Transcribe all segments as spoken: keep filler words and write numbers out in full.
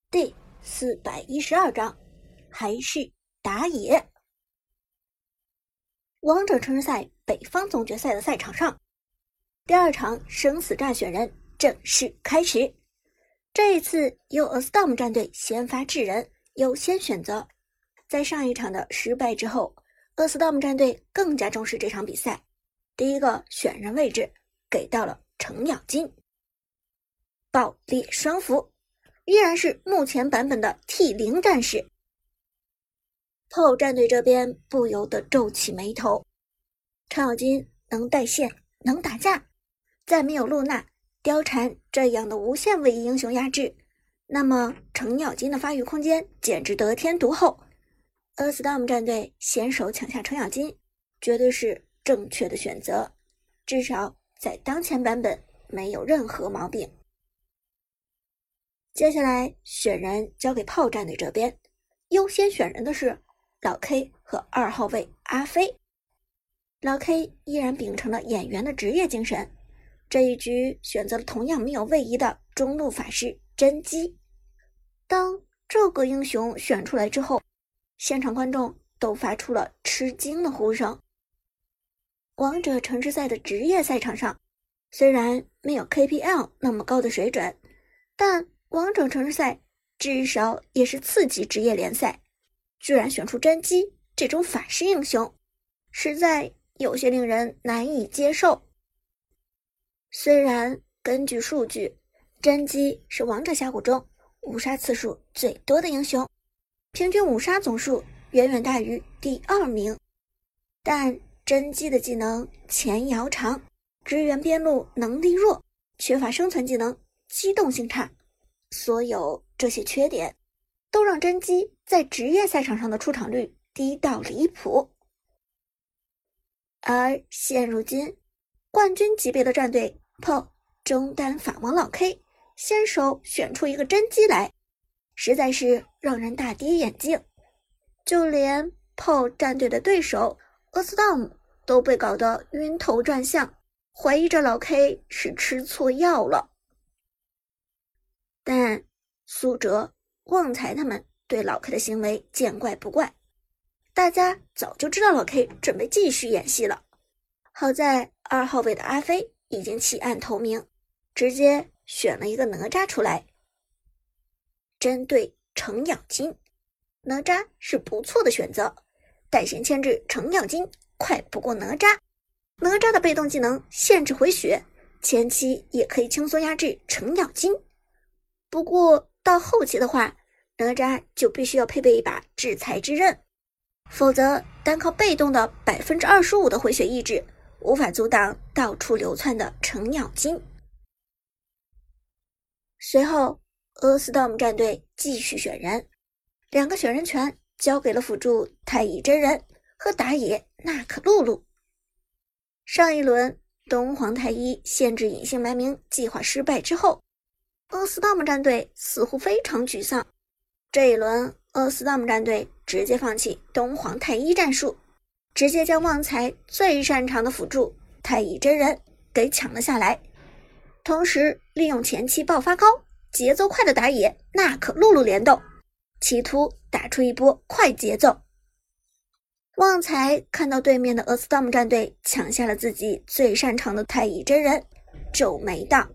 第四百一十二章，还是打野。王者城市赛北方总决赛的赛场上，第二场生死战选人正式开始。这一次由 A S T O M 战队先发制人，优先选择。在上一场的失败之后 ，A S T O M 战队更加重视这场比赛。第一个选人位置给到了程咬金。爆裂双斧依然是目前版本的 T 零 战士。P O 战队这边不由得皱起眉头。程咬金能带线，能打架，再没有露娜、貂蝉这样的无限位移英雄压制，那么程咬金的发育空间简直得天独厚。A S T O M 战队先手抢下程咬金，绝对是正确的选择，至少在当前版本没有任何毛病。接下来选人交给炮战队这边，优先选人的是老 K 和二号位阿飞。老 K 依然秉承了演员的职业精神，这一局选择了同样没有位移的中路法师甄姬。当这个英雄选出来之后，现场观众都发出了吃惊的呼声。王者城市赛的职业赛场上，虽然没有 K P L 那么高的水准，但王者城市赛至少也是次级职业联赛，居然选出甄姬这种法师英雄，实在有些令人难以接受。虽然根据数据，甄姬是王者峡谷中五杀次数最多的英雄，平均五杀总数远远大于第二名，但甄姬的技能前摇长，支援边路能力弱，缺乏生存技能，机动性差，所有这些缺点都让甄姬在职业赛场上的出场率低到离谱。而现如今冠军级别的战队 P O 中单法王老 K 先手选出一个甄姬来，实在是让人大跌眼镜。就连 P O 战队的对手 A S T O M 都被搞得晕头转向，怀疑这老 K 是吃错药了。但苏哲、旺财他们对老 K 的行为见怪不怪，大家早就知道老 K 准备继续演戏了。好在二号位的阿飞已经弃暗投明，直接选了一个哪吒出来。针对程咬金，哪吒是不错的选择，带线牵制程咬金快不过哪吒。哪吒的被动技能限制回血，前期也可以轻松压制程咬金。不过到后期的话，哪吒就必须要配备一把制裁之刃，否则单靠被动的 百分之二十五 的回血抑制，无法阻挡到处流窜的程咬金。随后 A S T O M 战队继续选人，两个选人权交给了辅助太乙真人和打野娜可露露。上一轮东皇太一限制隐姓埋名计划失败之后， A S T O M 战队似乎非常沮丧。这一轮 A S T O M 战队直接放弃东皇太一战术，直接将旺财最擅长的辅助太乙真人给抢了下来，同时利用前期爆发高、节奏快的打野娜可露露联动，企图打出一波快节奏。旺财看到对面的 A S T O M 战队抢下了自己最擅长的太乙真人，皱眉道：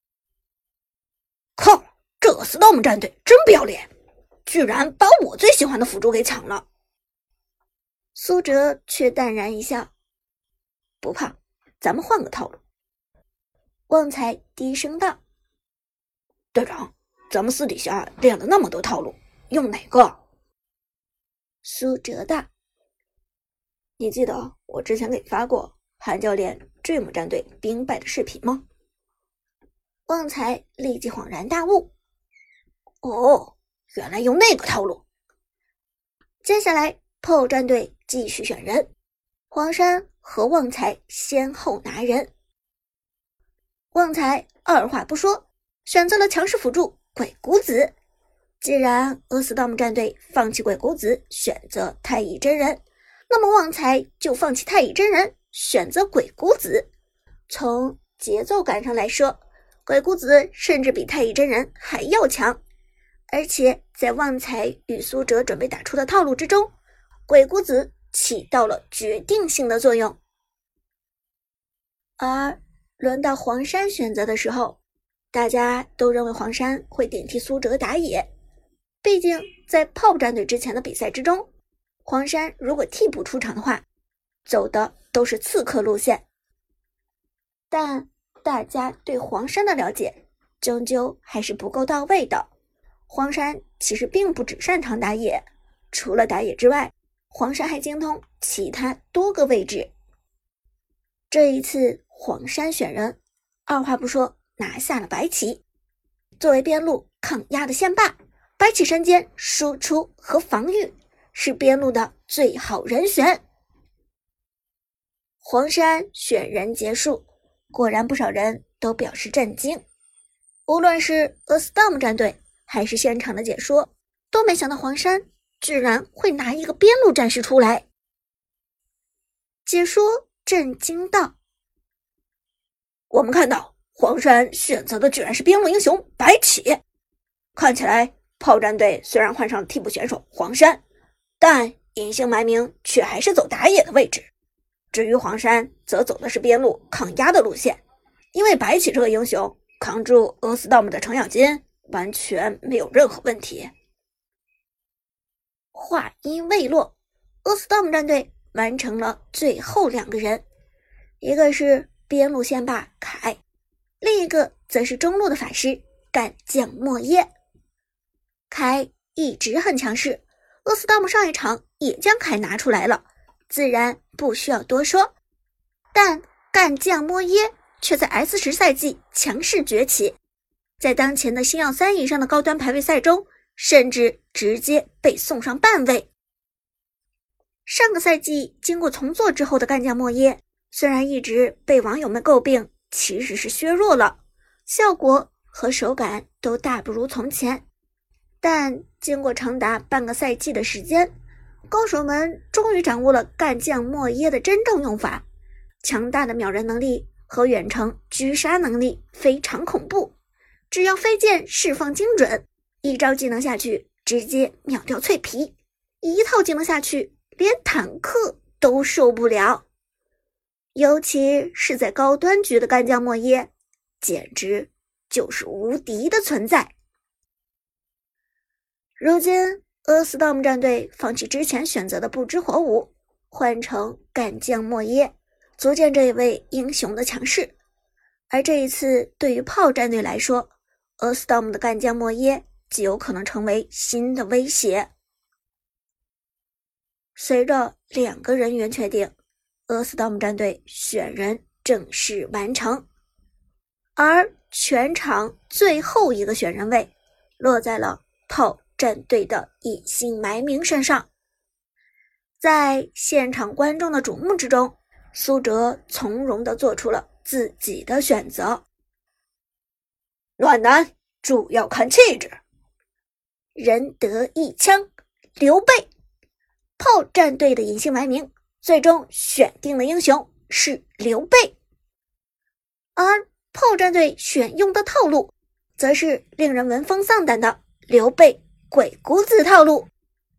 靠，这 A S T O M 战队真不要脸，居然把我最喜欢的辅助给抢了。 苏哲却淡然一笑： 不怕，咱们换个套路。 旺财低声道： 队长，咱们私底下练了那么多套路，用哪个？ 苏哲道： 你记得我之前给你发过韩教练 Dream 战队兵败的视频吗？ 旺财立即恍然大悟： 哦，原来用那个套路。 接下来 P O 战队继续选人，黄山和旺财先后拿人。旺财二话不说，选择了强势辅助鬼谷子。既然 A S T O M 战队放弃鬼谷子，选择太乙真人，那么旺财就放弃太乙真人，选择鬼谷子。从节奏感上来说，鬼谷子甚至比太乙真人还要强。 而且在旺财与苏哲准备打出的套路之中，鬼谷子起到了决定性的作用。而轮到黄山选择的时候，大家都认为黄山会顶替苏哲打野，毕竟在炮战队之前的比赛之中，黄山如果替补出场的话，走的都是刺客路线。但大家对黄山的了解终究还是不够到位的。黄山其实并不只擅长打野，除了打野之外，黄山还精通其他多个位置。这一次黄山选人，二话不说拿下了白起。作为边路抗压的先霸，白起身兼输出和防御，是边路的最好人选。黄山选人结束，果然不少人都表示震惊。无论是 A Storm 战队还是现场的解说，都没想到黄山居然会拿一个边路战士出来。解说震惊道： 我们看到黄山选择的居然是边路英雄白起，看起来炮战队虽然换上了替补选手黄山，但隐姓埋名却还是走打野的位置。至于黄山则走的是边路抗压的路线，因为白起这个英雄扛住 A Storm 的程咬金完全没有任何问题。 话音未落， A Storm 战队完成了最后两个人，一个是边路先霸凯，另一个则是中路的法师干将莫耶。凯一直很强势， A Storm 上一场也将凯拿出来了，自然不需要多说。但干将莫耶却在 S 十 赛季强势崛起，在当前的星耀三以上的高端排位赛中，甚至直接被送上半位。上个赛季经过重做之后的干将莫耶，虽然一直被网友们诟病其实是削弱了，效果和手感都大不如从前，但经过长达半个赛季的时间，高手们终于掌握了干将莫耶的真正用法。强大的秒人能力和远程狙杀能力非常恐怖，只要飞剑释放精准，一招技能下去直接秒掉脆皮，一套技能下去连坦克都受不了。尤其是在高端局的干将莫耶，简直就是无敌的存在。如今 A Storm 战队放弃之前选择的不知火舞，换成干将莫耶，足见这一位英雄的强势。而这一次对于炮战队来说， A Storm 的干将莫耶极有可能成为新的威胁。随着两个人员确定， A Storm 战队选人正式完成，而全场最后一个选人位落在了炮战队的隐姓埋名身上。在现场观众的瞩目之中，苏哲从容地做出了自己的选择。 暖男主要看气质， 人得一枪，刘备。炮战队的隐姓埋名最终选定的英雄是刘备，而炮战队选用的套路则是令人闻风丧胆的刘备鬼谷子套路。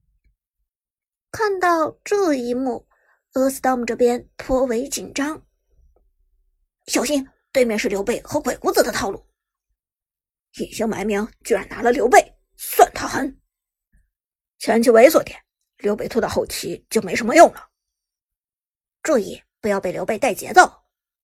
看到这一幕， A Storm 这边颇为紧张， 小心对面是刘备和鬼谷子的套路，隐姓埋名居然拿了刘备，算他狠。前期猥琐点，刘备拖到后期就没什么用了。注意不要被刘备带节奏。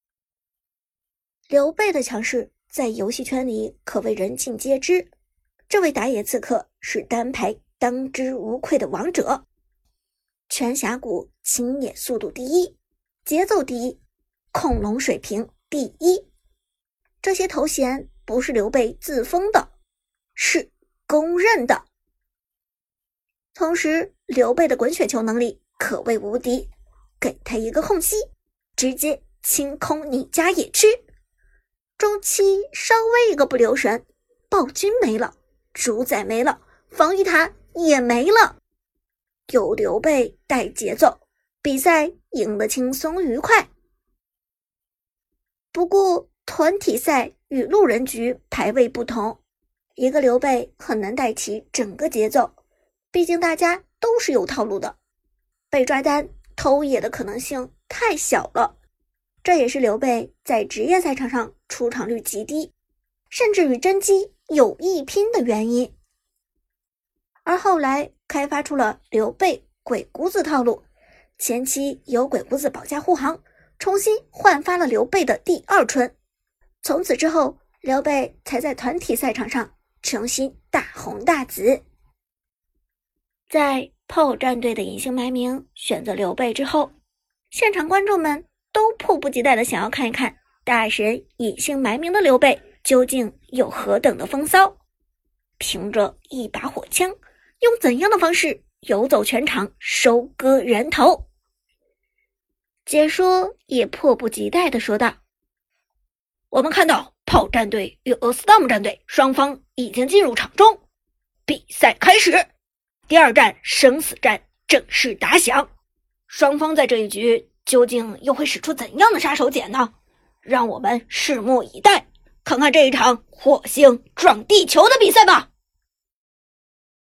刘备的强势在游戏圈里可谓人尽皆知，这位打野刺客是单排当之无愧的王者，全峡谷清野速度第一，节奏第一，恐龙水平第一。这些头衔不是刘备自封的，是公认的。同时刘备的滚雪球能力可谓无敌，给他一个空隙，直接清空你家野区。中期稍微一个不留神，暴君没了，主宰没了，防御塔也没了。有刘备带节奏，比赛赢得轻松愉快。不过团体赛与路人局排位不同， 一个刘备很难带起整个节奏，毕竟大家都是有套路的，被抓单偷野的可能性太小了。这也是刘备在职业赛场上出场率极低，甚至与甄姬有一拼的原因。而后来开发出了刘备鬼谷子套路，前期由鬼谷子保驾护航，重新焕发了刘备的第二春。从此之后，刘备才在团体赛场上重新大红大紫。在炮战队的隐姓埋名选择刘备之后，现场观众们都迫不及待地想要看一看大神隐姓埋名的刘备究竟有何等的风骚，凭着一把火枪，用怎样的方式游走全场收割人头。解说也迫不及待地说道： 我们看到炮战队与俄斯达姆战队双方已经进入场中，比赛开始，第二战生死战正式打响。双方在这一局究竟又会使出怎样的杀手锏呢？让我们拭目以待，看看这一场火星撞地球的比赛吧。